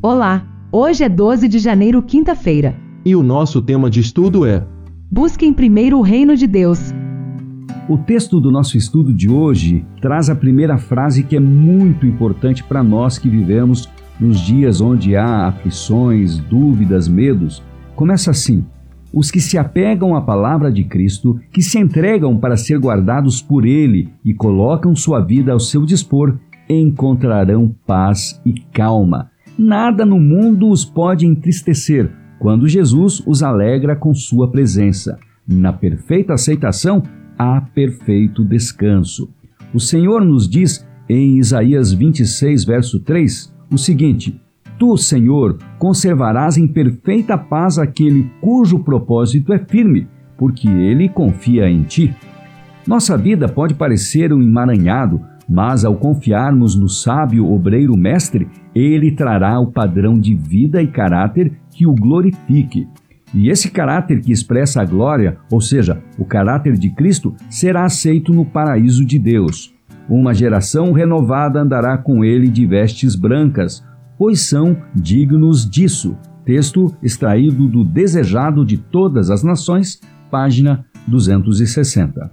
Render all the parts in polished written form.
Olá, hoje é 12 de janeiro, quinta-feira. E o nosso tema de estudo é: Busquem primeiro o reino de Deus. O texto do nosso estudo de hoje traz a primeira frase que é muito importante para nós que vivemos nos dias onde há aflições, dúvidas, medos. Começa assim: os que se apegam à palavra de Cristo, que se entregam para ser guardados por Ele e colocam sua vida ao seu dispor, encontrarão paz e calma. Nada no mundo os pode entristecer quando Jesus os alegra com sua presença. Na perfeita aceitação, há perfeito descanso. O Senhor nos diz em Isaías 26, verso 3, o seguinte: Tu, Senhor, conservarás em perfeita paz aquele cujo propósito é firme, porque ele confia em ti. Nossa vida pode parecer um emaranhado, mas ao confiarmos no sábio obreiro mestre, ele trará o padrão de vida e caráter que o glorifique. E esse caráter que expressa a glória, ou seja, o caráter de Cristo, será aceito no paraíso de Deus. Uma geração renovada andará com ele de vestes brancas, pois são dignos disso. Texto extraído do Desejado de Todas as Nações, página 260.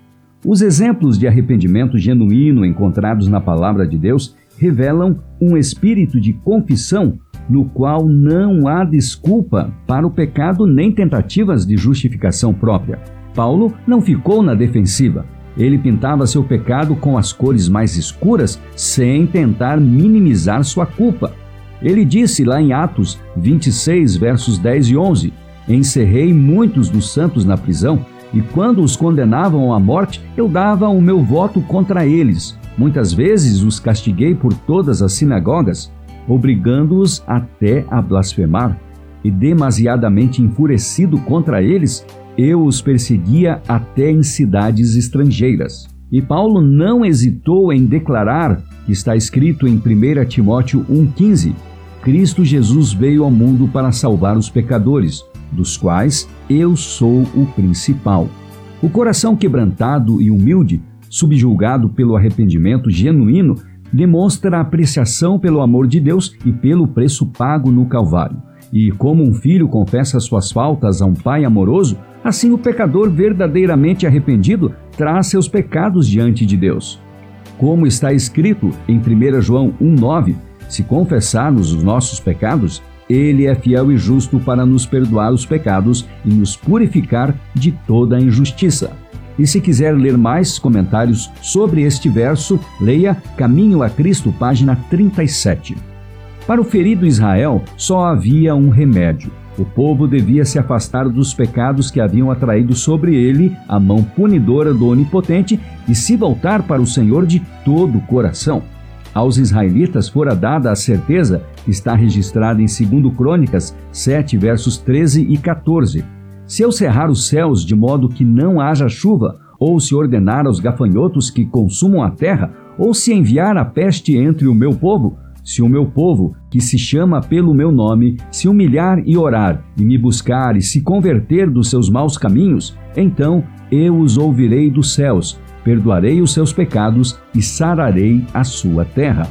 Os exemplos de arrependimento genuíno encontrados na Palavra de Deus revelam um espírito de confissão no qual não há desculpa para o pecado nem tentativas de justificação própria. Paulo não ficou na defensiva. Ele pintava seu pecado com as cores mais escuras sem tentar minimizar sua culpa. Ele disse lá em Atos 26, versos 10 e 11, Encerrei muitos dos santos na prisão, e quando os condenavam à morte, eu dava o meu voto contra eles. Muitas vezes os castiguei por todas as sinagogas, obrigando-os até a blasfemar. E demasiadamente enfurecido contra eles, eu os perseguia até em cidades estrangeiras. E Paulo não hesitou em declarar, que está escrito em 1 Timóteo 1,15, Cristo Jesus veio ao mundo para salvar os pecadores, dos quais eu sou o principal. O coração quebrantado e humilde, subjugado pelo arrependimento genuíno, demonstra apreciação pelo amor de Deus e pelo preço pago no Calvário. E como um filho confessa suas faltas a um pai amoroso, assim o pecador verdadeiramente arrependido traz seus pecados diante de Deus. Como está escrito em 1 João 1,9, se confessarmos os nossos pecados, Ele é fiel e justo para nos perdoar os pecados e nos purificar de toda a injustiça. E se quiser ler mais comentários sobre este verso, leia Caminho a Cristo, página 37. Para o ferido Israel, só havia um remédio. O povo devia se afastar dos pecados que haviam atraído sobre ele a mão punidora do Onipotente e se voltar para o Senhor de todo o coração. Aos israelitas fora dada a certeza que está registrada em 2 Crônicas 7, versos 13 e 14. Se eu cerrar os céus de modo que não haja chuva, ou se ordenar aos gafanhotos que consumam a terra, ou se enviar a peste entre o meu povo, se o meu povo, que se chama pelo meu nome, se humilhar e orar, e me buscar e se converter dos seus maus caminhos, então eu os ouvirei dos céus, perdoarei os seus pecados e sararei a sua terra.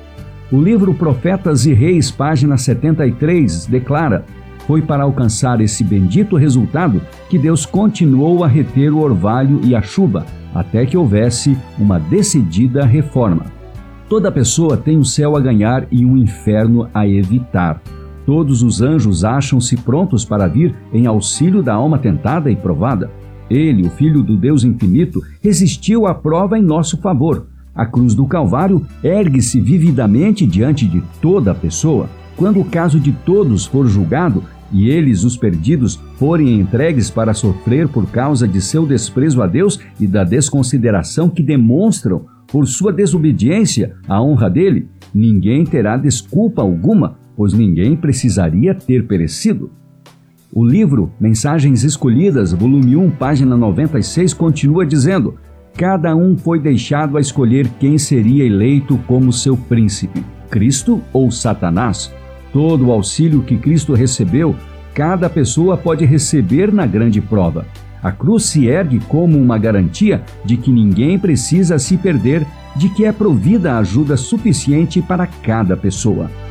O livro Profetas e Reis, página 73, declara: Foi para alcançar esse bendito resultado que Deus continuou a reter o orvalho e a chuva, até que houvesse uma decidida reforma. Toda pessoa tem um céu a ganhar e um inferno a evitar. Todos os anjos acham-se prontos para vir em auxílio da alma tentada e provada. Ele, o Filho do Deus infinito, resistiu à prova em nosso favor. A cruz do Calvário ergue-se vividamente diante de toda a pessoa. Quando o caso de todos for julgado e eles, os perdidos, forem entregues para sofrer por causa de seu desprezo a Deus e da desconsideração que demonstram por sua desobediência à honra dele, ninguém terá desculpa alguma, pois ninguém precisaria ter perecido. O livro Mensagens Escolhidas, volume 1, página 96, continua dizendo: Cada um foi deixado a escolher quem seria eleito como seu príncipe, Cristo ou Satanás. Todo o auxílio que Cristo recebeu, cada pessoa pode receber na grande prova. A cruz se ergue como uma garantia de que ninguém precisa se perder, de que é provida ajuda suficiente para cada pessoa.